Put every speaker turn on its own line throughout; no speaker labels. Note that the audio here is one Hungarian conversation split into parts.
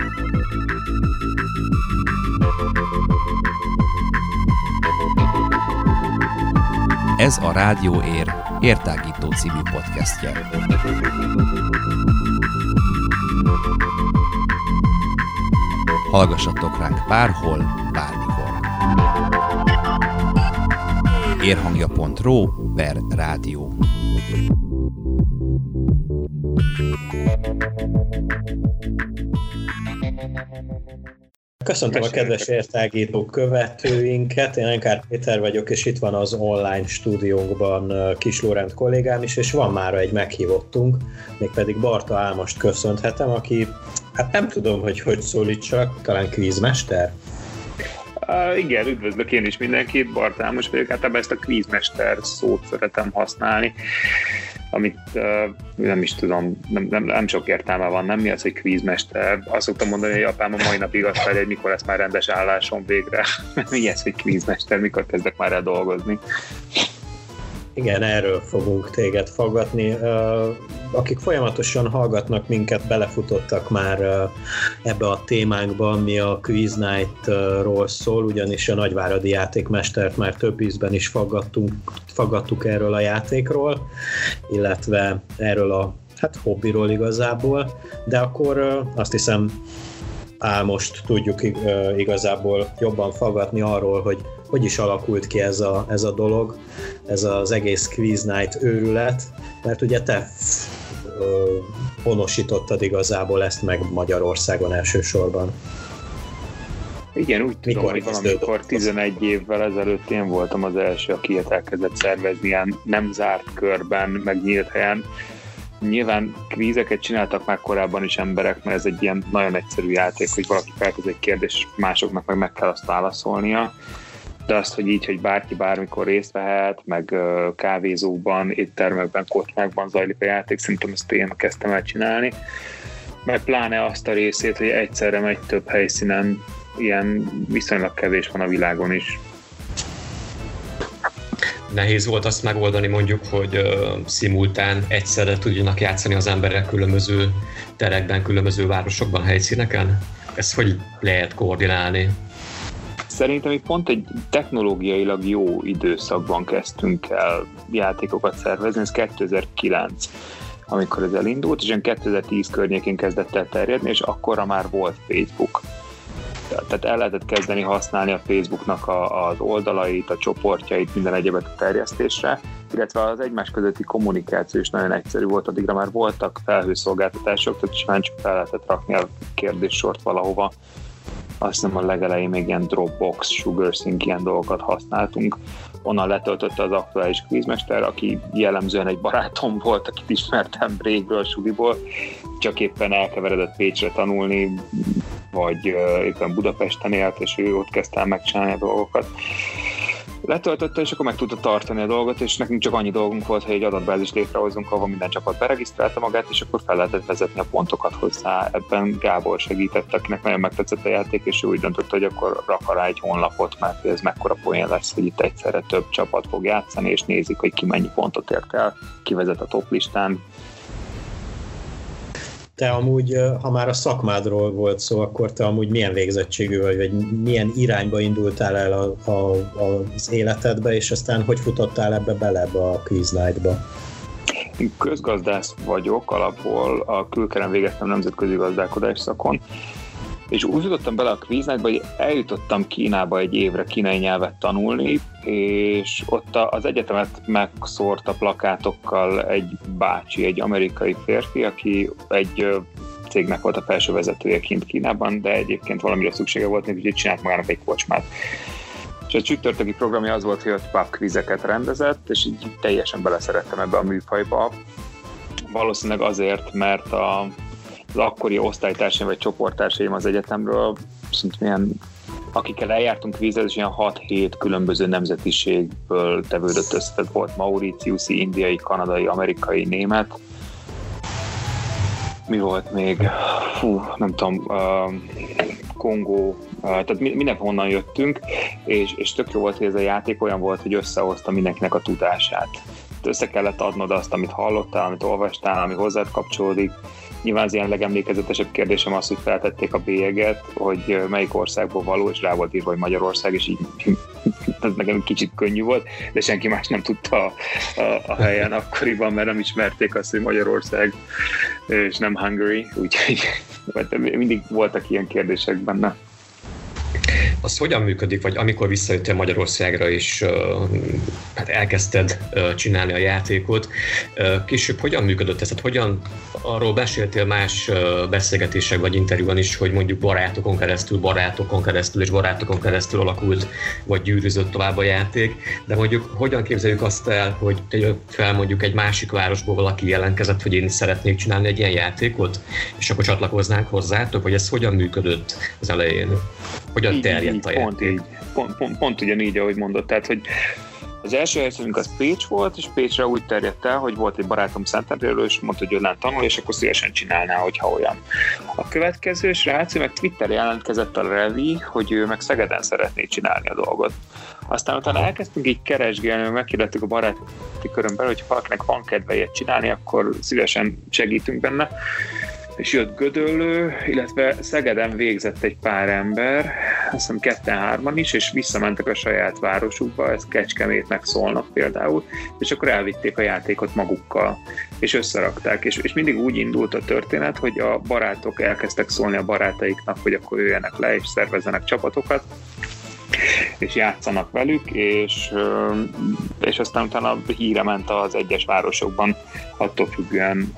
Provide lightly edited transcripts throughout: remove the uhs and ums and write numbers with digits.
Ez a Rádió Ér értágító című podcastje. Hallgassatok ránk bárhol, bármikor. érhangja.ro/rádió.
Köszöntöm a kedves értágító követőinket, én Enkár Péter vagyok, és itt van az online stúdiónkban Kis Lórend kollégám is, és van mára egy meghívottunk, mégpedig Barta Álmost köszönhetem, aki, hát nem tudom, hogy szólítsak, talán kvízmester?
Igen, üdvözlök én is mindenkit, Barta Álmos vagyok, általában ezt a kvízmester szót szeretem használni, amit nem is tudom, nem sok értelme van, nem mi az, hogy kvízmester. Azt szoktam mondani, hogy apám a mai napig azt várja, hogy mikor lesz már rendes állásom végre. Mi ez, hogy kvízmester, mikor kezdek már el dolgozni?
Igen, erről fogunk téged faggatni. Akik folyamatosan hallgatnak minket, belefutottak már ebbe a témánkba, ami a Quiz Night-ról szól, ugyanis a nagyváradi játékmestert már több ízben is faggattuk erről a játékról, illetve erről a hobbiról igazából, de akkor azt hiszem most tudjuk igazából jobban faggatni arról, hogy is alakult ki ez a dolog, ez az egész Quiz Night őrület, mert ugye te honosítottad igazából ezt meg Magyarországon elsősorban.
Igen, úgy tudom, hogy valamikor 11 évvel ezelőtt én voltam az első, aki ilyet elkezdett szervezni ilyen nem zárt körben, meg nyílt helyen. Nyilván kvízeket csináltak már korábban is emberek, mert ez egy ilyen nagyon egyszerű játék, hogy valaki feltesz egy kérdést, másoknak meg kell azt válaszolnia. De azt, hogy így, hogy bárki bármikor részt vehet, meg kávézókban, éttermekben, kocsmákban zajlik a játék, szerintem ezt én kezdtem el csinálni. Meg pláne azt a részét, hogy egyszerre megy több helyszínen, ilyen viszonylag kevés van a világon is.
Nehéz volt azt megoldani mondjuk, hogy szimultán egyszerre tudjanak játszani az emberek különböző terekben, különböző városokban, helyszíneken? Ezt hogy lehet koordinálni?
Szerintem itt pont egy technológiailag jó időszakban kezdtünk el játékokat szervezni, ez 2009, amikor ez elindult, és 2010 környékén kezdett el terjedni, és akkorra már volt Facebook. Tehát el lehetett kezdeni használni a Facebooknak az oldalait, a csoportjait, minden egyebet a terjesztésre, illetve az egymás közötti kommunikáció is nagyon egyszerű volt, addigra már voltak felhőszolgáltatások, tehát simán csak fel lehetett rakni a kérdéssort valahova. Azt hiszem a legelején még ilyen Dropbox, SugarSync ilyen dolgokat használtunk. Onnan letöltötte az aktuális kvízmester, aki jellemzően egy barátom volt, akit ismertem régből, suliból, csak éppen elkeveredett Pécsre tanulni, vagy éppen Budapesten élt, és ő ott kezdte el megcsinálni a dolgokat. Letöltötte, és akkor meg tudta tartani a dolgot, és nekünk csak annyi dolgunk volt, hogy egy adatbázist létrehozunk, ahol minden csapat beregisztrálta magát, és akkor fel lehetett vezetni a pontokat hozzá. Ebben Gábor segített, akinek nagyon megtetszett a játék, és ő úgy döntött, hogy akkor rak rá egy honlapot, mert ez mekkora poén lesz, hogy itt egyszerre több csapat fog játszani, és nézik, hogy ki mennyi pontot ért el, ki vezet a top listán.
Te amúgy, ha már a szakmádról volt szó, akkor te amúgy milyen végzettségű vagy milyen irányba indultál el az életedbe, és aztán hogy futottál bele a Quiz Night-ba?
Én közgazdász vagyok, alapból a Külkeren végeztem nemzetközi gazdálkodás szakon, és úgy jutottam bele a Quiz Night-ba, hogy eljutottam Kínába egy évre kínai nyelvet tanulni, és ott az egyetemet megszórta plakátokkal egy bácsi, egy amerikai férfi, aki egy cégnek volt a felső vezetője kint Kínában, de egyébként valamire szüksége volt, úgyhogy csinált magának egy kocsmát. És a csütörtöki programja az volt, hogy ott pubquizeket rendezett, és így teljesen beleszerettem ebbe a műfajba. Valószínűleg azért, mert az akkori osztálytársaim vagy csoporttársaim az egyetemről, milyen, akikkel eljártunk kvízezni, ilyen 6-7 különböző nemzetiségből tevődött össze. Tehát volt mauritiuszi, indiai, kanadai, amerikai, német. Mi volt még? Nem tudom, Kongó, tehát mindenhonnan jöttünk, és tök jó volt, hogy ez a játék olyan volt, hogy összehozta mindenkinek a tudását. Össze kellett adnod azt, amit hallottál, amit olvastál, ami hozzád kapcsolódik, Nyilván az ilyen legemlékezetesebb kérdésem az, hogy feltették a bélyeget, hogy melyik országból való, és rá volt írva, hogy Magyarország, és így ez nekem kicsit könnyű volt, de senki más nem tudta a helyen akkoriban, mert nem ismerték azt, hogy Magyarország, és nem Hungary, úgyhogy mindig voltak ilyen kérdések benne.
Az hogyan működik, vagy amikor visszajöttél Magyarországra, és hát elkezdted csinálni a játékot, később hogyan működött ez? Tehát hogyan, arról beszéltél más beszélgetések vagy interjúban is, hogy mondjuk barátokon keresztül alakult, vagy gyűrűzött tovább a játék, de mondjuk hogyan képzeljük azt el, hogy fel mondjuk egy másik városból valaki jelentkezett, hogy én is szeretnék csinálni egy ilyen játékot, és akkor csatlakoznánk hozzátok, hogy ez hogyan működött az elején? Hogyan terjedt a játék?
Pont ugyanígy, ahogy mondod. Tehát, hogy az első helyszínünk az Pécs volt, és Pécsre úgy terjedt el, hogy volt egy barátom Szentendréről, és mondta, hogy onnan tanul, és akkor szívesen csinálná, hogyha olyan. A következő srác, ő meg Twitter jelentkezett a Revi, hogy ő meg Szegeden szeretné csinálni a dolgot. Aztán utána elkezdtünk így keresgélni, megkérdettük a baráti körömben, hogy ha valakinek van kedve ilyet csinálni, akkor szívesen segítünk benne. És jött Gödöllő, illetve Szegeden végzett egy pár ember, azt hiszem 2-3 is, és visszamentek a saját városukba, ez Kecskemét meg Szolnok például, és akkor elvitték a játékot magukkal, és összerakták, és mindig úgy indult a történet, hogy a barátok elkezdtek szólni a barátaiknak, hogy akkor jöjjenek le, és szervezzenek csapatokat, és játszanak velük, és aztán utána híre ment az egyes városokban, attól függően,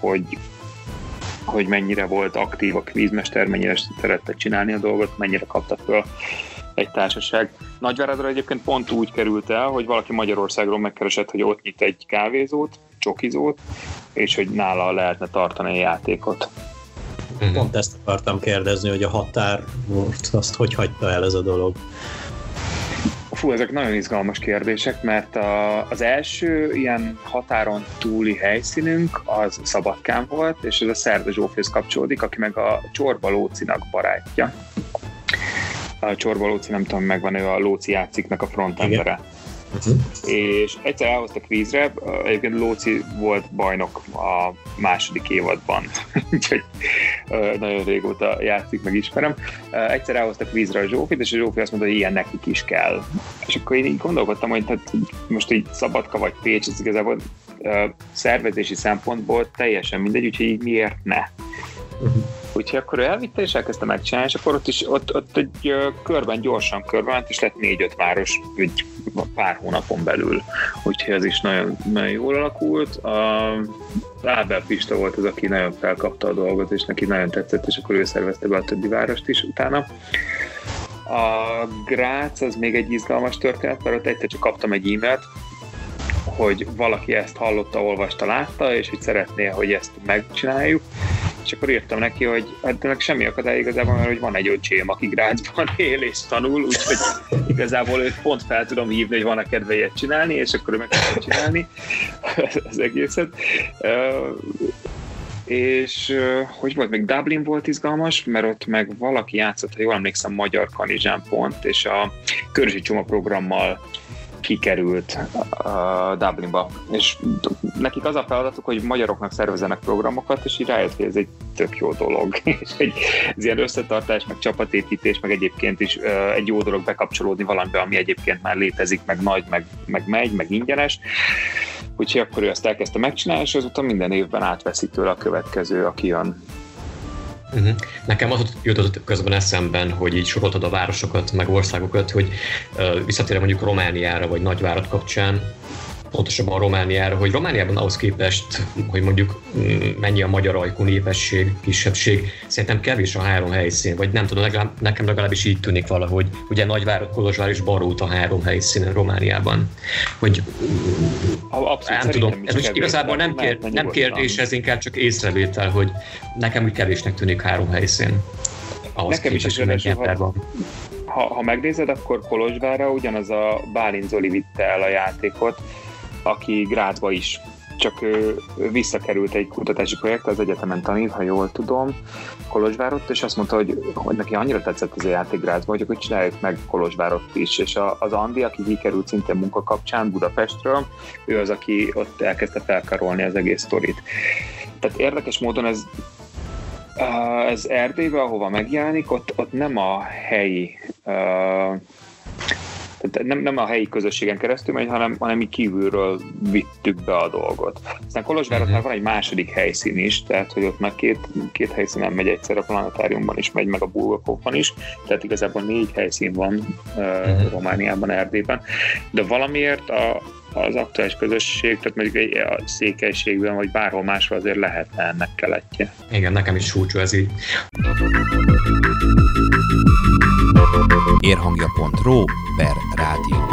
hogy mennyire volt aktív a kvízmester, mennyire szerette csinálni a dolgot, mennyire kapta föl egy társaság. Nagyváradra egyébként pont úgy került el, hogy valaki Magyarországról megkeresett, hogy ott nyit egy kávézót, csokizót, és hogy nála lehetne tartani a játékot.
Pont ezt akartam kérdezni, hogy a határ volt, azt hogy hagyta el ez a dolog?
Fú, ezek nagyon izgalmas kérdések, mert az első ilyen határon túli helyszínünk az Szabadkán volt, és ez a Szerda Zsófihoz kapcsolódik, aki meg a Csorba Lócinak barátja. A Csorba Lóci, nem tudom, megvan, ő a Lóci játsziknak a frontendere. És egyszer elhoztak vízre, egyébként Lóci volt bajnok a második évadban, úgyhogy nagyon régóta játszik, meg ismerem. Egyszer elhoztak vízre a Zsófit, és a Zsófi azt mondta, hogy ilyen nekik is kell. És akkor én így gondolkodtam, hogy hát most így Szabadka vagy Pécs, ez igazából szervezési szempontból teljesen mindegy, úgyhogy így miért ne? Úgyhogy akkor ő elvitte, és elkezdte megcsinálni, és akkor ott egy körben gyorsan körben, és lett 4-5 város egy pár hónapon belül. Úgyhogy ez is nagyon, nagyon jól alakult. Ábel Pista volt az, aki nagyon felkapta a dolgot, és neki nagyon tetszett, és akkor ő szervezte be a többi várost is utána. A Grác az még egy izgalmas történet, mert ott egyszer csak kaptam egy e-mailt, hogy valaki ezt hallotta, olvasta, látta, és hogy szeretné, hogy ezt megcsináljuk. És akkor írtam neki, hogy hát ennek semmi akadály igazából, mert hogy van egy öcsém, aki Grazban él és tanul, úgyhogy igazából őt pont fel tudom hívni, hogy van-e kedve ilyet csinálni, és akkor ő meg tudja csinálni az egészet. És hogy volt, még Dublin volt izgalmas, mert ott meg valaki játszott, ha jól emlékszem, Magyar Kanizsán pont, és a Körösi Csoma programmal kikerült Dublinba, és nekik az a feladatuk, hogy magyaroknak szervezzenek programokat, és így rájött, hogy ez egy tök jó dolog. És ez ilyen összetartás, meg csapatépítés, meg egyébként is egy jó dolog bekapcsolódni valamibe, ami egyébként már létezik, meg nagy, meg megy, meg ingyenes. Úgyhogy akkor ő ezt elkezdte megcsinálni, és azután minden évben átveszi tőle a következő, aki jön.
Nekem az jutott közben eszemben, hogy így soroltad a városokat, meg országokat, hogy visszatérve mondjuk Romániára, vagy Nagyvárad kapcsán, pontosabban Romániára, hogy Romániában ahhoz képest, hogy mondjuk mennyi a magyar ajkú népesség, kisebbség, szerintem kevés a 3 helyszín, vagy nem tudom, nekem legalábbis így tűnik valahogy. Ugye Nagyvárad, Kolozsvár és Barót a 3 helyszínen Romániában. Hogy nem tudom, ez most igazából nem kérdés, ez inkább csak észrevétel, hogy nekem úgy kevésnek tűnik 3 helyszín. Ahhoz
nekem
képest,
is ha megnézed, akkor Kolozsvárra ugyanaz a Bálint Zoli vitte el a játékot, aki Grazba is, csak visszakerült egy kutatási projekt, az egyetemen tanít, ha jól tudom, Kolozsvárot, és azt mondta, hogy neki annyira tetszett ez a játék Grazba, hogy akkor csináljuk meg Kolozsvárot is, és az Andi, aki kikerült szintén munka kapcsán Budapestről, ő az, aki ott elkezdte felkarolni az egész sztorit. Tehát érdekes módon ez Ez Erdélyben, ahova megjelenik, ott nem a helyi nem a helyi közösségen keresztül megy, hanem így kívülről vittük be a dolgot. Aztán Kolozsváron van egy második helyszín is, tehát hogy ott már két helyszínen megy egyszer, a Planetáriumban is megy, meg a Bulgakóban is, tehát igazából 4 helyszín van Romániában, Erdélyben, de valamiért az aktuális közösség, tehát mondjuk a Székelységben, vagy bárhol máshol azért lehetne ennek keletje.
Igen, nekem is furcsa ez így.
Érhangja.ro/rádió.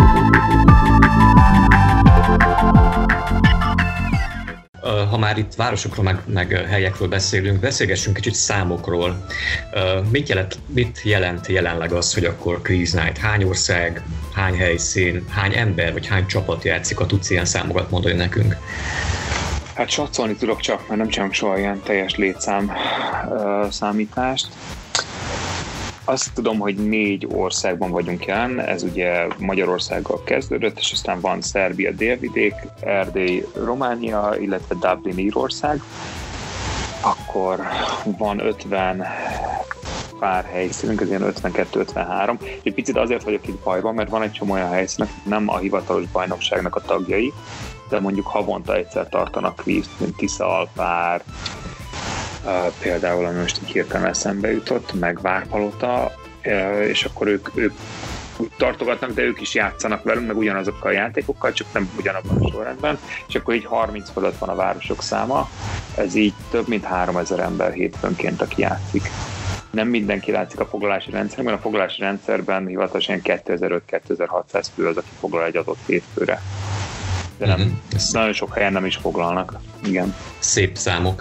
Ha már itt városokról meg helyekről beszélünk, beszélgessünk kicsit számokról. Mit jelent jelenleg az, hogy akkor Quiz Night? Hány ország, hány helyszín, hány ember vagy hány csapat játszik? Ha tudsz ilyen számokat mondani nekünk?
Hát satszolni tudok csak, mert nem csinálunk soha ilyen teljes létszám számítást. Azt tudom, hogy 4 országban vagyunk jelen, ez ugye Magyarországgal kezdődött, és aztán van Szerbia délvidék, Erdély, Románia, illetve Dublin, Írország. Akkor van 50 pár helyszínünk, ez ilyen 52-53. Egy picit azért vagyok itt bajban, mert van egy csomó olyan helyszín, akik nem a hivatalos bajnokságnak a tagjai, de mondjuk havonta egyszer tartanak kvízt, mint Tisza-Alpár, például, ami most így hirtelen eszembe jutott, meg Várpalota, és akkor ők úgy tartogatnak, de ők is játszanak velünk, meg ugyanazokkal a játékokkal, csak nem ugyanabban a sorrendben, és akkor így 30 fölött van a városok száma, ez így több mint 3000 ember hétfőnként, aki játszik. Nem mindenki látszik a foglalási rendszerben, a foglalási rendszerben hivatalosan 2500-2600 fő az, aki foglal egy adott hétfőre. De nem, nagyon sok helyen nem is foglalnak. Igen.
Szép számok.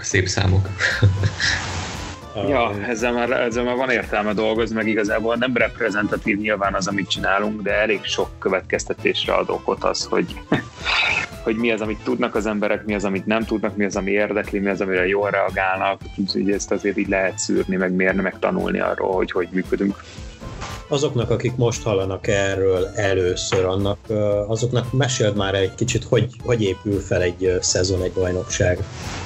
Ja, ezzel már van értelme dolgozni, meg igazából nem reprezentatív nyilván az, amit csinálunk, de elég sok következtetésre ad okot az, hogy mi az, amit tudnak az emberek, mi az, amit nem tudnak, mi az, ami érdekli, mi az, amire jól reagálnak. Úgyhogy ezt azért így lehet szűrni, meg mérni, meg tanulni arról, hogy működünk.
Azoknak, akik most hallanak erről először, azoknak meséld már egy kicsit, hogy épül fel egy szezon, egy bajnokság.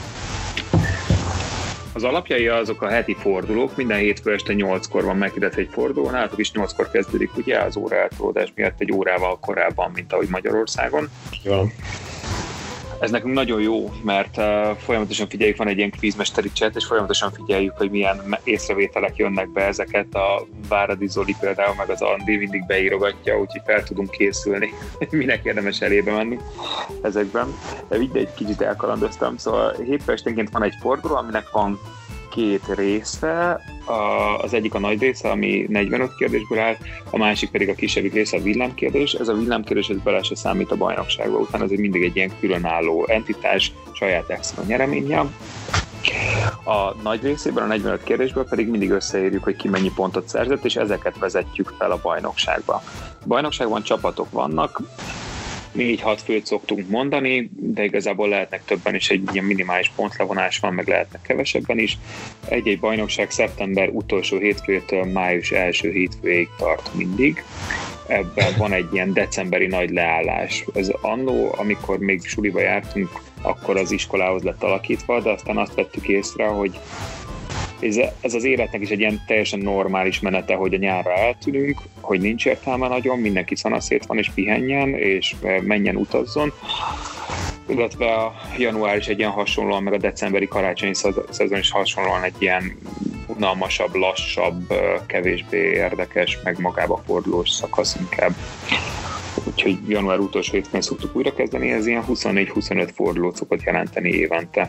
Az alapjai azok a heti fordulók, minden hétfő este 8-kor van meghirdetve egy forduló, nálatok is 8-kor kezdődik, ugye, az óraeltolódás miatt egy órával korábban, mint ahogy Magyarországon.
Jó.
Ez nekünk nagyon jó, mert folyamatosan figyeljük, van egy ilyen kvízmesteri chat, és folyamatosan figyeljük, hogy milyen észrevételek jönnek be ezeket. A Váradi Zoli például, meg az Andi mindig beírogatja, úgyhogy fel tudunk készülni, minek érdemes elébe menni ezekben. De egy kicsit elkalandoztam, szóval hétfő esténként van egy forduló, aminek van 2 része. Az egyik a nagy része, ami 45 kérdésből áll, a másik pedig a kisebbik része, a villámkérdés. Ez a villámkérdés, ez bele se számít a bajnokságba, utána ez mindig egy ilyen különálló entitás, saját extra nyereménnyel. A nagy részében, a 45 kérdésből pedig mindig összeérjük, hogy ki mennyi pontot szerzett, és ezeket vezetjük fel a bajnokságba. A bajnokságban csapatok vannak, 4-6 főt szoktunk mondani, de igazából lehetnek többen is, egy ilyen minimális pontlevonás van, meg lehetnek kevesebben is. Egy-egy bajnokság szeptember utolsó hétfőtől május első hétfőig tart mindig. Ebben van egy ilyen decemberi nagy leállás. Ez annó, amikor még suliba jártunk, akkor az iskolához lett alakítva, de aztán azt vettük észre, hogy ez az életnek is egy ilyen teljesen normális menete, hogy a nyárra eltűnünk, hogy nincs értelme nagyon, mindenki szanaszét van és pihenjen, és menjen utazzon. Illetve a január is egy ilyen hasonlóan, meg a decemberi karácsonyi szezon is hasonlóan egy ilyen unalmasabb, lassabb, kevésbé érdekes, meg magába fordulós szakasz inkább. Úgyhogy január utolsó hétfőn szoktuk újra kezdeni, ez ilyen 24-25 fordulót szokott jelenteni évente.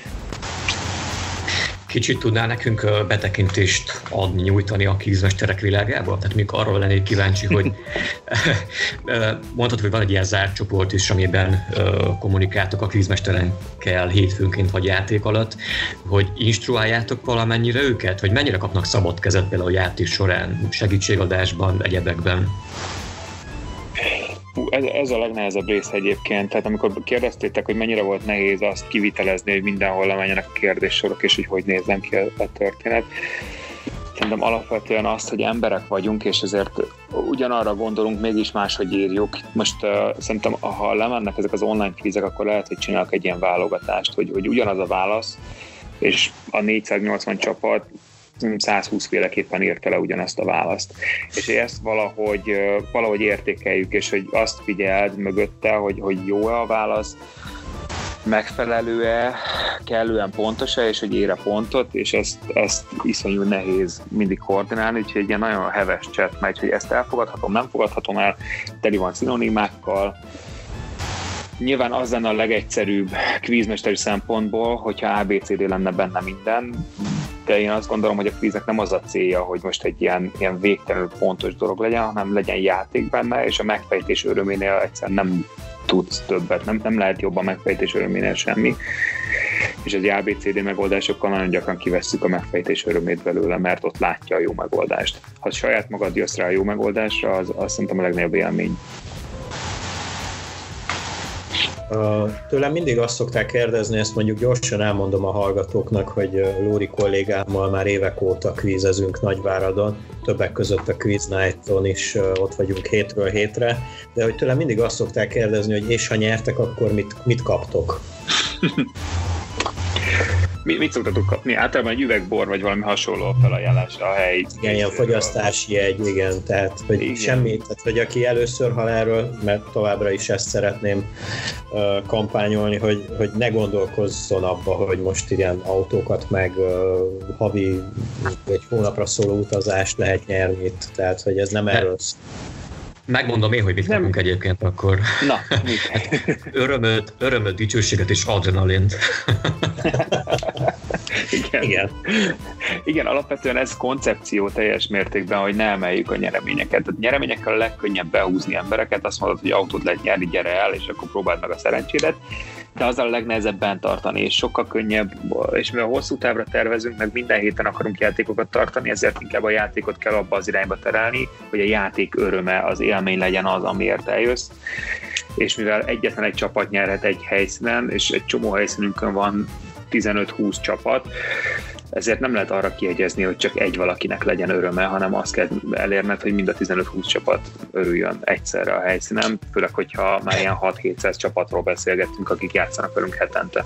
Kicsit tudnál nekünk betekintést adni, nyújtani a kvízmesterek világába? Tehát még arról lennék kíváncsi, hogy mondhatod, hogy van egy ilyen zárt csoport is, amiben kommunikáltok a kvízmesterenkkel hétfőnként vagy játék alatt, hogy instruáljátok valamennyire őket, hogy mennyire kapnak szabad kezet például a játék során, segítségadásban, egyebekben?
Ez a legnehezebb rész egyébként, tehát amikor kérdeztétek, hogy mennyire volt nehéz azt kivitelezni, hogy mindenhol lemenjenek a kérdéssorok, és hogy nézzen ki a történet. Szerintem alapvetően azt, hogy emberek vagyunk, és ezért ugyanarra gondolunk, mégis máshogy írjuk. Most szerintem, ha lemennek ezek az online kvízek, akkor lehet, hogy csinálok egy ilyen válogatást, hogy ugyanaz a válasz, és a 480 csapat 120 féleképpen írta le ugyanazt a választ. És ezt valahogy értékeljük, és hogy azt figyeld mögötte, hogy jó-e a válasz, megfelelő-e, kellően pontos-e, és hogy ér pontot, és ezt iszonyú nehéz mindig koordinálni, úgyhogy egy ilyen nagyon heves chat megy, hogy ezt elfogadhatom, nem fogadhatom el, teli van szinonimákkal. Nyilván az lenne a legegyszerűbb kvízmesteri szempontból, hogyha ABCD lenne benne minden, de én azt gondolom, hogy a kvíznek nem az a célja, hogy most egy ilyen végtelenül pontos dolog legyen, hanem legyen játék benne, és a megfejtés öröménél egyszerűen nem tudsz többet, nem lehet jobb a megfejtés öröménél semmi. És az ABCD megoldásokkal nagyon gyakran kivesszük a megfejtés örömét belőle, mert ott látja a jó megoldást. Ha saját magad jössz rá a jó megoldásra, az szerintem a legnagyobb élmény.
Tőlem mindig azt szokták kérdezni, ezt mondjuk gyorsan elmondom a hallgatóknak, hogy Lóri kollégámmal már évek óta kvízezünk Nagyváradon, többek között a Quiz Night-on is ott vagyunk hétről hétre, de hogy tőlem mindig azt szokták kérdezni, hogy és ha nyertek, akkor mit kaptok?
Mit szoktatok kapni? Általában egy üvegbor, vagy valami hasonló a felajánlás a hely.
Igen, ilyen fogyasztási jegy, igen, tehát hogy igen. Semmi, tehát hogy aki először hall erről, mert továbbra is ezt szeretném kampányolni, hogy ne gondolkozzon abba, hogy most ilyen autókat meg havi egy hónapra szóló utazást lehet nyerni itt, tehát hogy ez nem erről szól.
Megmondom én, hogy mit kapunk egyébként akkor.
Na,
örömöt, dicsőséget és adrenalint.
Igen, alapvetően ez koncepció teljes mértékben, hogy ne emeljük a nyereményeket. A nyereményekkel a legkönnyebb behúzni embereket, azt mondod, hogy autót lehet nyerni, gyere el, és akkor próbáld meg a szerencsédet, de azzal a legnehezebb bent tartani, és sokkal könnyebb, és mivel hosszú távra tervezünk, meg minden héten akarunk játékokat tartani, ezért inkább a játékot kell abba az irányba terelni, hogy a játék öröme, az élmény legyen az, amiért eljössz, és mivel egyetlen egy csapat nyerhet egy helyszínen, és egy csomó helyszínünkön van 15-20 csapat, ezért nem lehet arra kiegyezni, hogy csak egy valakinek legyen öröme, hanem azt kell elérned, hogy mind a 15-20 csapat örüljön egyszerre a helyszínen, főleg, hogyha már ilyen 6-700 csapatról beszélgettünk, akik játszanak velünk hetente.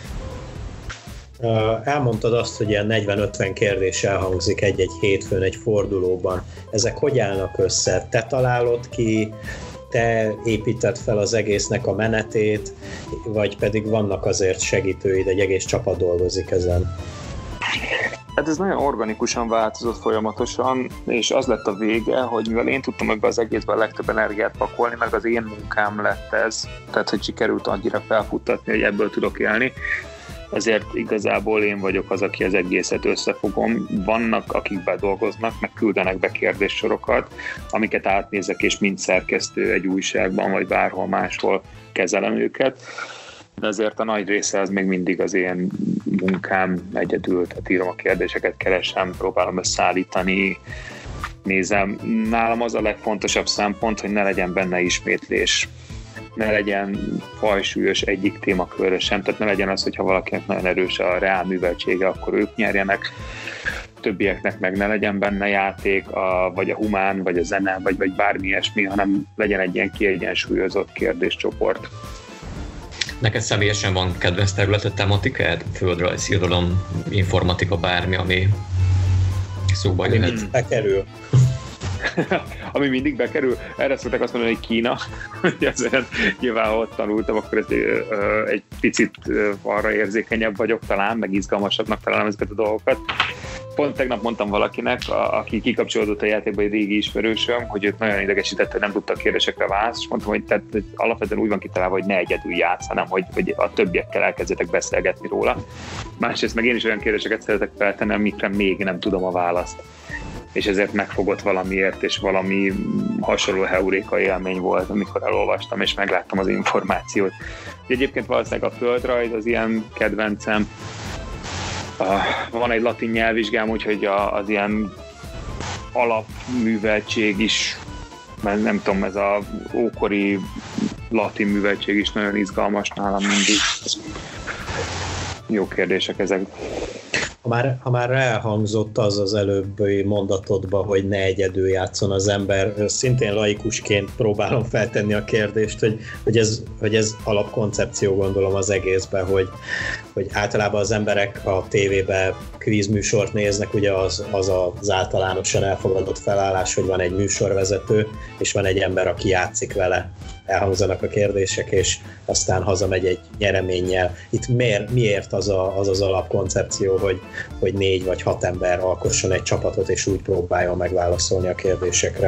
Elmondtad azt, hogy ilyen 40-50 kérdés elhangzik egy-egy hétfőn, egy fordulóban. Ezek hogy állnak össze? Te találod ki, te építed fel az egésznek a menetét, vagy pedig vannak azért segítőid, egy egész csapat dolgozik ezen?
Hát ez nagyon organikusan változott folyamatosan, és az lett a vége, hogy mivel én tudtam ebbe az egészben a legtöbb energiát pakolni, meg az én munkám lett ez, tehát hogy sikerült annyira felfuttatni, hogy ebből tudok élni, ezért igazából én vagyok az, aki az egészet összefogom. Vannak, akik bedolgoznak, meg küldenek be kérdéssorokat, amiket átnézek, és mint szerkesztő egy újságban, vagy bárhol máshol kezelem őket. De azért a nagy része az még mindig az én munkám egyedül, tehát írom a kérdéseket, keresem, próbálom összeállítani, nézem. Nálam az a legfontosabb szempont, hogy ne legyen benne ismétlés, ne legyen fajsúlyos egyik témakörre sem, tehát ne legyen az, hogyha valakinek nagyon erős a reál műveltsége, akkor ők nyerjenek, többieknek meg ne legyen benne játék, vagy a humán, vagy a zene, vagy bármi ilyesmi, hanem legyen egy ilyen kiegyensúlyozott kérdéscsoport.
Neked személyesen van kedvenc területet, tematikád? Földrajz, irodalom, informatika, bármi, ami szóba jöhet?
Bekerül.
Ami mindig bekerül. Erre szokták azt mondani, hogy Kína. Ezért nyilván, ha ott tanultam, akkor ez egy picit arra érzékenyebb vagyok talán, meg izgalmasabbnak találom ezeket a dolgokat. Pont tegnap mondtam valakinek, aki kikapcsolódott a játékba, egy régi ismerősöm, hogy őt nagyon idegesített, hogy nem tudta a kérdésekre választ, és mondtam, hogy tehát alapvetően úgy van kitalálva, hogy ne egyedül játsz, hanem hogy a többiekkel elkezdjetek beszélgetni róla. Másrészt meg én is olyan kérdéseket szeretek feltenni, amikre még nem tudom a választ. És ezért megfogott valamiért, és valami hasonló heuréka élmény volt, amikor elolvastam, és megláttam az információt. Egyébként valószínűleg a földrajz az ilyen kedvencem. Van egy latin nyelvvizsgám, úgyhogy az ilyen alapműveltség is, mert nem tudom, ez az ókori latin műveltség is nagyon izgalmas nálam mindig. Jó kérdések ezek.
Ha már elhangzott az előbbi mondatodban, hogy ne egyedül játszon az ember, szintén laikusként próbálom feltenni a kérdést, hogy ez alapkoncepció, gondolom, az egészben, hogy általában az emberek a tévében kvízműsort néznek, ugye az általánosan elfogadott felállás, hogy van egy műsorvezető, és van egy ember, aki játszik vele. Elhangzanak a kérdések, és aztán hazamegy egy nyereménnyel. Itt miért az alapkoncepció, hogy 4 vagy 6 ember alkosson egy csapatot, és úgy próbáljon megválaszolni a kérdésekre?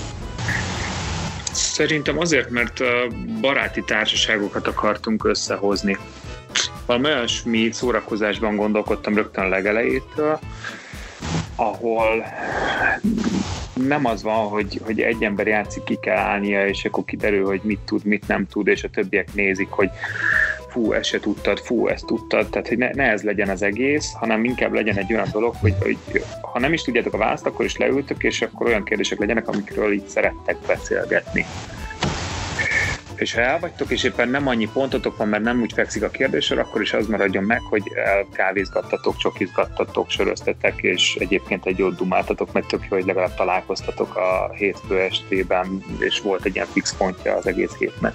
Szerintem azért, mert baráti társaságokat akartunk összehozni. Valami olyasmi szórakozásban gondolkodtam rögtön a legelejétől, ahol nem az van, hogy egy ember játszik, ki kell állnia, és akkor kiderül, hogy mit tud, mit nem tud, és a többiek nézik, hogy fú, ezt se tudtad, fú, ezt tudtad, tehát hogy ne ez legyen az egész, hanem inkább legyen egy olyan dolog, hogy ha nem is tudjátok a választ, akkor is leültök, és akkor olyan kérdések legyenek, amikről így szerettek beszélgetni. És ha elvagytok, és éppen nem annyi pontotok van, mert nem úgy fekszik a kérdésről, akkor is az maradjon meg, hogy elkávézgattatok, csokizgattatok, söröztetek, és egyébként egy jót dumáltatok, mert tök jó, hogy legalább találkoztatok a hétfő estében, és volt egy ilyen fix pontja az egész hétnek.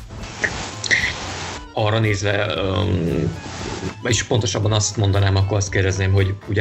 Arra nézve, és pontosabban azt mondanám, akkor azt kérdezném, hogy ugye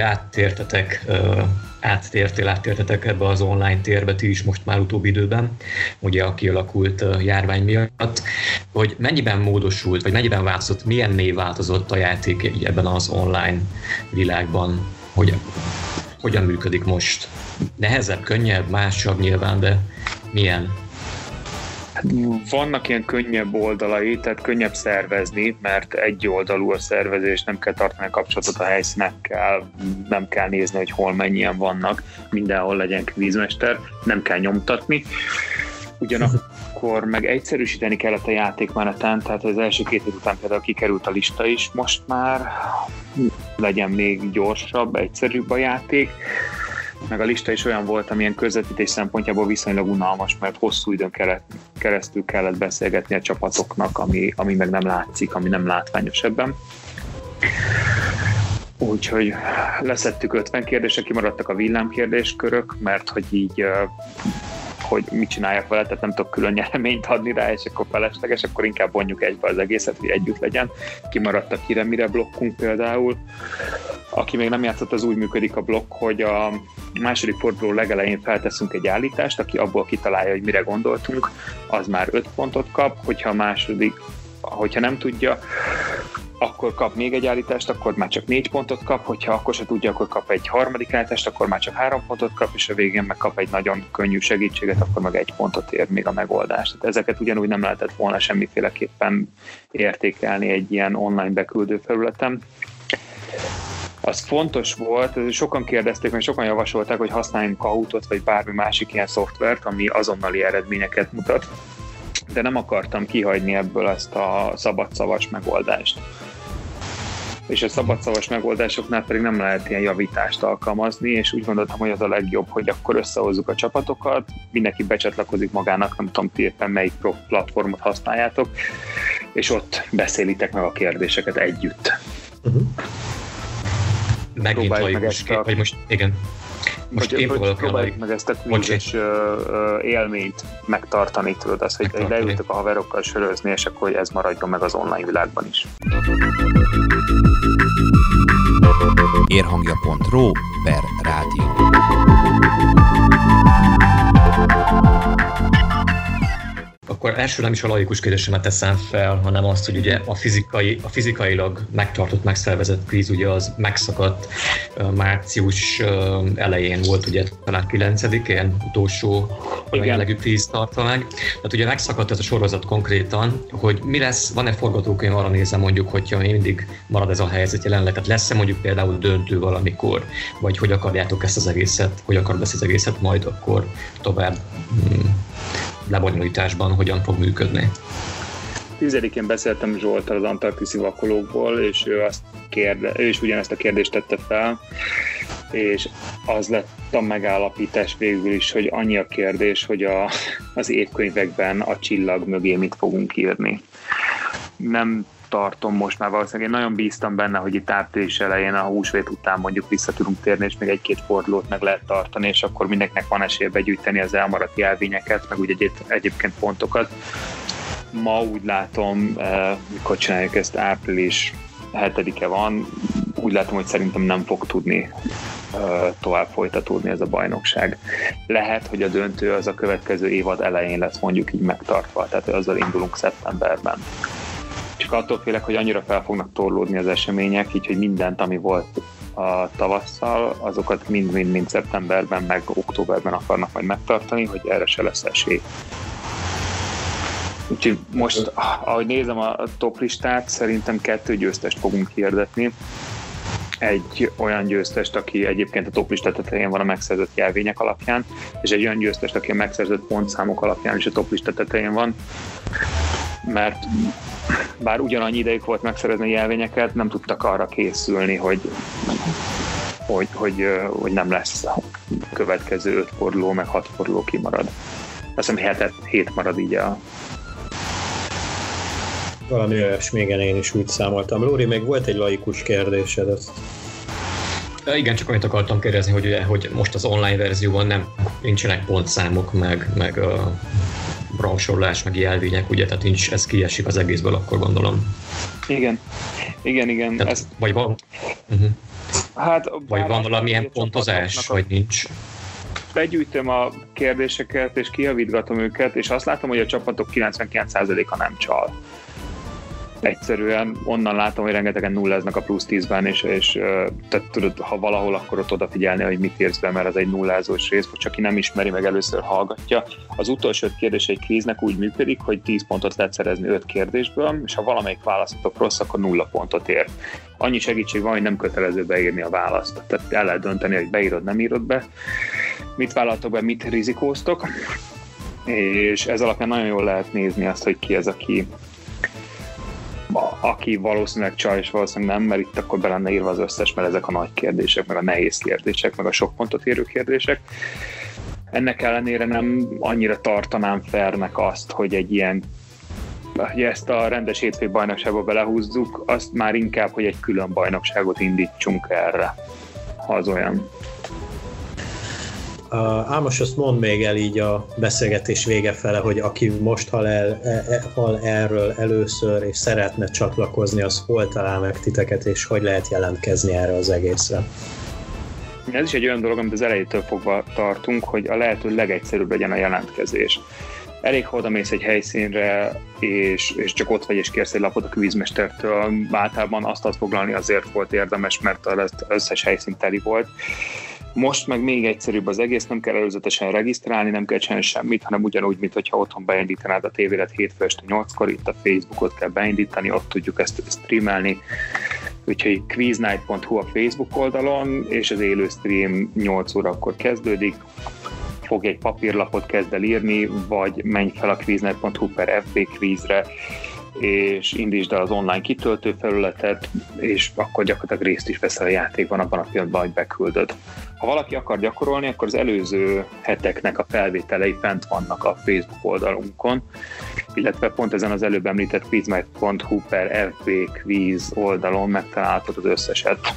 áttértetek ebbe az online térbe ti is most már utóbbi időben, ugye a kialakult járvány miatt, hogy mennyiben módosult, vagy mennyiben változott, milyen név változott a játék ebben az online világban, hogy hogyan működik most? Nehezebb, könnyebb, másabb nyilván, de milyen?
Vannak ilyen könnyebb oldalai, tehát könnyebb szervezni, mert egy oldalú a szervezés, nem kell tartani a kapcsolatot a helyszínekkel, nem kell nézni, hogy hol mennyien vannak, mindenhol legyen kvízmester, nem kell nyomtatni. Ugyanakkor meg egyszerűsíteni kellett a játékmeneten, tehát az első 2 hét után például kikerült a lista is, most már legyen még gyorsabb, egyszerűbb a játék, meg a lista is olyan volt, amilyen közvetítés szempontjából viszonylag unalmas, mert hosszú időn keresztül kellett beszélgetni a csapatoknak, ami meg nem látszik, ami nem látványos ebben. Úgyhogy leszettük 50 kérdések, kimaradtak a villámkérdéskörök, mert hogy így hogy mit csináljak vele, tehát nem tudok külön nyereményt adni rá, és akkor felesleges, akkor inkább vonjuk egybe az egészet, hogy együtt legyen. Kimaradt a kire-mire blokkunk például. Aki még nem játszott, az úgy működik a blokk, hogy a második forduló legelején felteszünk egy állítást, aki abból kitalálja, hogy mire gondoltunk, az már 5 pontot kap, hogyha nem tudja, akkor kap még egy állítást, akkor már csak 4 pontot kap, hogyha akkor se tudja, akkor kap egy harmadik állítást, akkor már csak 3 pontot kap, és a végén meg kap egy nagyon könnyű segítséget, akkor meg 1 pontot ér még a megoldás. Tehát ezeket ugyanúgy nem lehetett volna semmiféleképpen értékelni egy ilyen online beküldő felületen. Az fontos volt, sokan kérdezték, meg sokan javasolták, hogy használjunk Kahootot, vagy bármi másik ilyen szoftvert, ami azonnali eredményeket mutat, de nem akartam kihagyni ebből ezt a szabadszavas megoldást. És a szabadszavas megoldásoknál pedig nem lehet ilyen javítást alkalmazni, és úgy gondoltam, hogy az a legjobb, hogy akkor összehozzuk a csapatokat, mindenki becsatlakozik magának, nem tudom, ti éppen melyik platformot használjátok, és ott beszélitek meg a kérdéseket együtt.
Megint laikus, vagy most, igen. Most én
próbáljuk meg ezt a kvízes élményt megtartani, tudod, az, hogy leültök a haverokkal sörözni, és akkor ez maradjon meg az online világban is.
Érhangja.ro/rádió.
Akkor első nem is a laikus kérdésemet teszem fel, hanem azt, hogy ugye a fizikailag megtartott, megszervezett kvíz ugye az megszakadt március elején volt, ugye talán 9-én utolsó olyan jellegű kvíz tartva meg. Tehát ugye megszakadt ez a sorozat konkrétan, hogy mi lesz, van-e forgatókönyv, arra nézem mondjuk, hogyha mindig marad ez a helyzet jelenleg, tehát lesz-e mondjuk például döntő valamikor, vagy hogy akarjátok ezt az egészet, hogy akarod ezt az egészet majd akkor tovább lebonyolításban hogyan fog működni.
10-én beszéltem Zsolttal az antarktiszi vakolókból, és ő is ugyanezt a kérdést tette fel, és az lett a megállapítás végül is, hogy annyi a kérdés, hogy az évkönyvekben a csillag mögé mit fogunk írni. Nem tartom most már valószínűleg. Én nagyon bíztam benne, hogy itt április elején, a húsvét után mondjuk vissza tudunk térni, és még egy-két fordulót meg lehet tartani, és akkor mindenkinek van esélye begyűjteni az elmaradt jelvényeket, meg úgy egyébként pontokat. Ma úgy látom, mikor csináljuk ezt, április 7-e van, úgy látom, hogy szerintem nem fog tudni tovább folytatódni ez a bajnokság. Lehet, hogy a döntő az a következő évad elején lesz mondjuk így megtartva, tehát azzal indulunk szeptemberben. Csak attól félek, hogy annyira fel fognak torlódni az események, így hogy mindent, ami volt a tavasszal, azokat mind szeptemberben, meg októberben akarnak majd megtartani, hogy erre se lesz esély. Úgyhogy most, ahogy nézem a top listát, szerintem 2 győztest fogunk hirdetni. Egy olyan győztest, aki egyébként a toplista tetején van a megszerzett jelvények alapján, és egy olyan győztest, aki a megszerzett pontszámok alapján is a toplista tetején van, mert bár ugyanannyi ideig volt megszerezni jelvényeket, nem tudtak arra készülni, hogy nem lesz a következő 5 forduló, meg 6 forduló kimarad. Azt hiszem 7 marad így a...
Valami olyasmi, igen, én is úgy számoltam. Lóri, még volt egy laikus kérdésed. Azt...
Igen, csak annyit akartam kérdezni, hogy most az online verzióban nincsenek pontszámok, meg rangsorolás, meg jelvények, ugye, tehát ez kiesik az egészből, akkor gondolom.
Igen.
Tehát,
ezt...
Vagy van?
Hát,
vagy van valamilyen pontozás, vagy nincs?
Begyűjtöm a kérdéseket, és kijavítgatom őket, és azt látom, hogy a csapatok 99%-a nem csal. Egyszerűen onnan látom, hogy rengetegen nulláznak a plusz 10-ben, és tehát tudod, ha valahol, akkor ott odafigyelni, hogy mit írsz be, mert az egy nullázós rész, vagy csak aki nem ismeri, meg először hallgatja. Az utolsó 5 kérdés egy kvíznek úgy működik, hogy 10 pontot lehet szerezni 5 kérdésből, és ha valamelyik választotok rossz, akkor 0 pontot ér. Annyi segítség van, hogy nem kötelező beírni a választ. Tehát el lehet dönteni, hogy beírod, nem írod be. Mit vállaltok be, mit rizikóztok, és ez alapján nagyon jól lehet nézni azt, hogy ki ez, aki valószínűleg csal, és valószínűleg nem, mert itt akkor be lenne írva az összes, mert ezek a nagy kérdések, meg a nehéz kérdések, meg a sok pontot érő kérdések. Ennek ellenére nem annyira tartanám fairnek azt, hogy egy ilyen, hogy ezt a rendes hétfői bajnokságba belehúzzuk, azt már inkább, hogy egy külön bajnokságot indítsunk erre, ha az olyan.
Ámos, azt mondd még el így a beszélgetés vége fele, hogy aki most hall erről először, és szeretne csatlakozni, az hol talál meg titeket, és hogy lehet jelentkezni erre az egészre?
Ez is egy olyan dolog, amit az elejétől fogva tartunk, hogy a lehető legegyszerűbb legyen a jelentkezés. Elég, ha odamész egy helyszínre, és csak ott vagy, és kérsz egy lapot a kvízmestertől. Általában azt foglalni azért volt érdemes, mert az összes helyszín teli volt. Most meg még egyszerűbb az egész, nem kell előzetesen regisztrálni, nem kell csinálni semmit, hanem ugyanúgy, mint hogyha otthon beindítanád a tévédet hétfő este 8-kor, itt a Facebookot kell beindítani, ott tudjuk ezt streamelni. Úgyhogy quiznight.hu a Facebook oldalon, és az élő stream 8 órakor kezdődik. Fogj egy papírlapot, kezd el írni, vagy menj fel a quiznight.hu/FB kvízre, és indítsd el az online kitöltő felületet, és akkor gyakorlatilag részt is veszel a játékban abban a pillanatban, hogy beküldöd. Ha valaki akar gyakorolni, akkor az előző heteknek a felvételei fent vannak a Facebook oldalunkon, illetve pont ezen az előbb említett quiznight.hu/FB quiz oldalon megtalálhatod az összeset.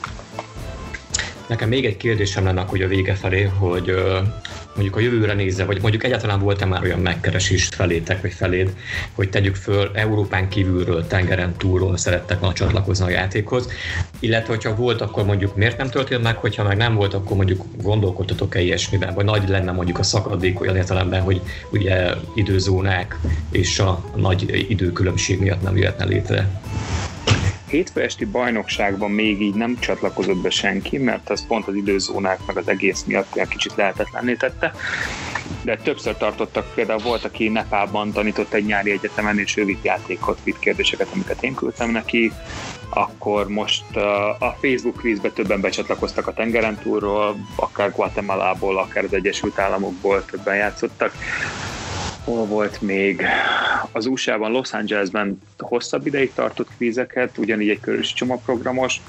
Nekem még egy kérdésem lenne hogy a vége felé, hogy mondjuk a jövőre nézve, vagy mondjuk egyáltalán volt-e már olyan megkeresés felétek, vagy feléd, hogy tegyük föl Európán kívülről, tengeren túlról szerettek volna csatlakozni a játékhoz, illetve hogyha volt, akkor mondjuk miért nem történt meg, hogyha meg nem volt, akkor mondjuk gondolkodtatok-e ilyesmiben, vagy nagy lenne mondjuk a szakadék olyan értelemben, hogy ugye időzónák és a nagy időkülönbség miatt nem jöhetne létre.
Hétfő esti bajnokságban még így nem csatlakozott be senki, mert ez pont az időzónák meg az egész miatt egy kicsit lehetetlenné tette. De többször tartottak, például volt, aki Nepálban tanított egy nyári egyetemen, és ő vitt játékot, vitt kérdéseket, amiket én küldtem neki. Akkor most a Facebook kvízbe többen becsatlakoztak a tengeren túlról, akár Guatemalából, akár az Egyesült Államokból többen játszottak. Hol volt még? Az USA-ban, Los Angelesben hosszabb ideig tartott kvízeket, ugyanígy egy körösi csomagprogramos.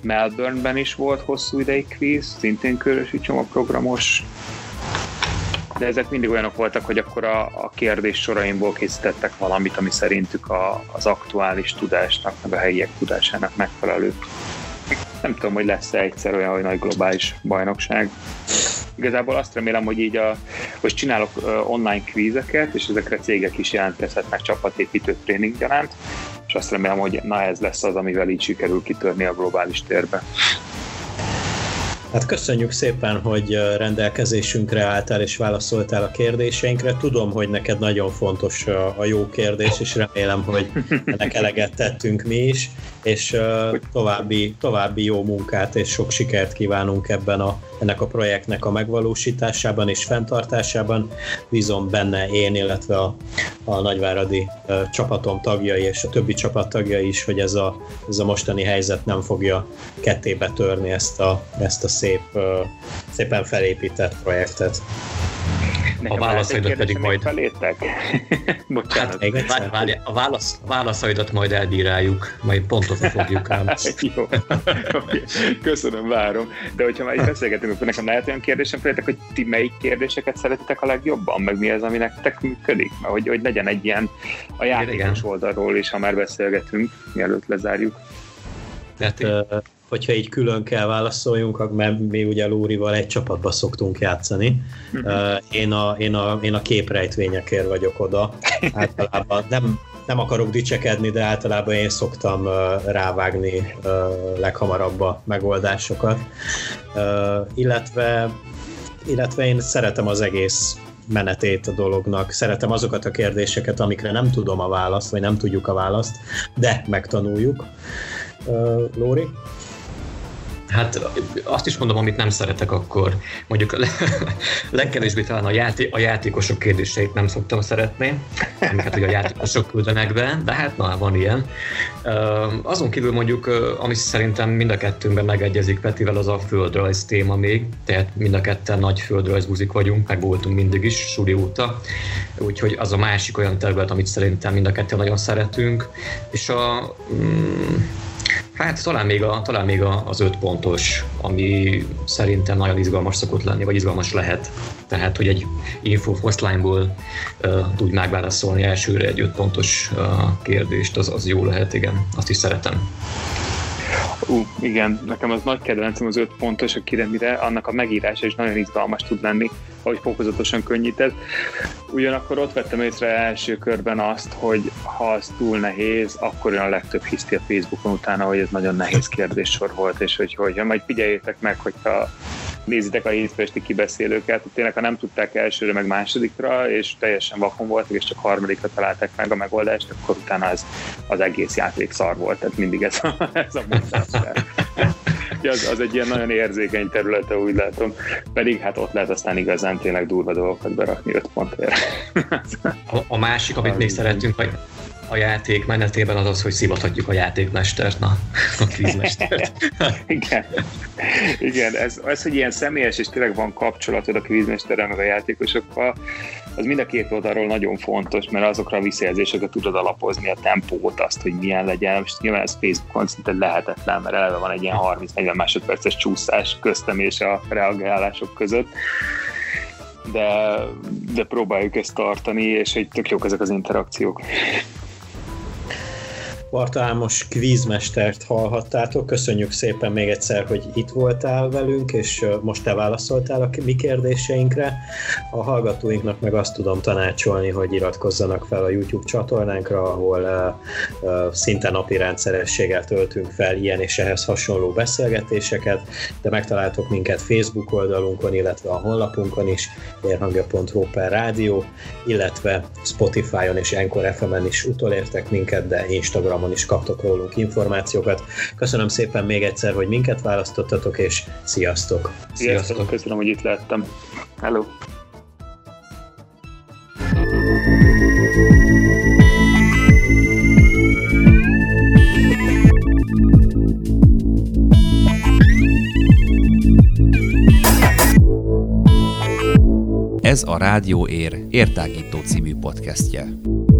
Melbourneben is volt hosszú ideig kvíz, szintén körösi csomagprogramos. de ezek mindig olyanok voltak, hogy akkor a kérdés soraimból készítettek valamit, ami szerintük az aktuális tudásnak, meg a helyiek tudásának megfelelő. Nem tudom, hogy lesz-e egyszer olyan, hogy nagy globális bajnokság. Igazából azt remélem, hogy így most csinálok online kvízeket, és ezekre cégek is jelentkezhetnek csapatépítő tréning gyanánt, és azt remélem, hogy ez lesz az, amivel így sikerül kitörni a globális térbe.
Hát köszönjük szépen, hogy rendelkezésünkre álltál és válaszoltál a kérdéseinkre. Tudom, hogy neked nagyon fontos a jó kérdés, és remélem, hogy ennek eleget tettünk mi is, és további jó munkát és sok sikert kívánunk ennek a projektnek a megvalósításában és fenntartásában. Bízom benne én, illetve a nagyváradi csapatom tagjai és a többi csapat tagjai is, hogy ez a mostani helyzet nem fogja kettébe törni ezt a szépen felépített projektet.
A válaszaidat pedig majd...
Bocsánat.
A válaszaidat majd elbíráljuk, majd pontosra fogjuk ám.
Jó. Okay. Köszönöm, várom. De hogyha már így beszélgetünk, akkor nekem lehet olyan kérdésem felétek, hogy ti melyik kérdéseket szeretitek a legjobban, meg mi az, ami nektek működik? Mert hogy legyen egy ilyen a játékos oldalról is, ha már beszélgetünk, mielőtt lezárjuk.
Hogyha így külön kell válaszoljunk, mert mi ugye Lórival egy csapatba szoktunk játszani. Én a képrejtvényekért vagyok oda. Általában nem akarok dicsekedni, de általában én szoktam rávágni leghamarabb a megoldásokat. Illetve én szeretem az egész menetét a dolognak. Szeretem azokat a kérdéseket, amikre nem tudom a választ, vagy nem tudjuk a választ, de megtanuljuk. Lóri?
Hát azt is mondom, amit nem szeretek, akkor mondjuk legkevésbé talán a játékosok kérdéseit nem szoktam szeretni, amiket ugye a játékosok küldenek be, de hát van ilyen. Azon kívül mondjuk, ami szerintem mind a kettőnkben megegyezik Petivel, az a földrajz téma még, tehát mind a ketten nagy földrajzbuzik vagyunk, meg voltunk mindig is, suli óta, úgyhogy az a másik olyan terület, amit szerintem mind a ketten nagyon szeretünk, és hát talán még az 5 pontos, ami szerintem nagyon izgalmas szokott lenni, vagy izgalmas lehet. Tehát, hogy egy info hotline-ból tudj megválaszolni elsőre egy 5 pontos kérdést, az jó lehet, igen. Azt is szeretem.
Igen, nekem az nagy kedvencem az 5 pontos, mire annak a megírása is nagyon izgalmas tud lenni, ahogy fokozatosan könnyített. Ugyanakkor ott vettem észre első körben azt, hogy ha az túl nehéz, akkor jön a legtöbb hiszti a Facebookon utána, hogy ez nagyon nehéz kérdéssor volt, és hogy majd figyeljétek meg, hogyha nézitek a hétfőesti kibeszélőket, tényleg ha nem tudták elsőre meg másodikra, és teljesen vakon voltak, és csak harmadikra találták meg a megoldást, akkor utána az egész játék szar volt, tehát mindig ez a mondás. Az egy ilyen nagyon érzékeny területe, úgy látom. Pedig hát ott lehet aztán igazán tényleg durva dolgokat berakni 5 pontért.
A másik, amit még szeretünk, hogy a játék menetében az, hogy szivathatjuk a játékmestert, a kvízmestert.
Igen, ez, hogy ilyen személyes és tényleg van kapcsolatod a kvízmesterrel meg a játékosokkal, az mind a két oldalról nagyon fontos, mert azokra a visszajelzéseket tudod alapozni, a tempót, azt, hogy milyen legyen. Most nyilván ez Facebookon szinte lehetetlen, mert eleve van egy ilyen 30-40 másodperces csúszás köztem és a reagálások között. De próbáljuk ezt tartani, és hogy tök jók ezek az interakciók.
Barta Ámos kvízmestert hallhattátok. Köszönjük szépen még egyszer, hogy itt voltál velünk, és most te válaszoltál a mi kérdéseinkre. A hallgatóinknak meg azt tudom tanácsolni, hogy iratkozzanak fel a YouTube csatornánkra, ahol szinte napi rendszerességgel töltünk fel ilyen és ehhez hasonló beszélgetéseket, de megtaláltok minket Facebook oldalunkon, illetve a honlapunkon is, vérhangja.hu/rádió, illetve Spotify-on és Anchor FM-en is utolértek minket, de Instagramon is kaptok rólunk információkat. Köszönöm szépen még egyszer, hogy minket választottatok, és sziasztok!
Sziasztok! Köszönöm, hogy itt lettem. Hello!
Ez a Rádió Ér értágító című podcastje.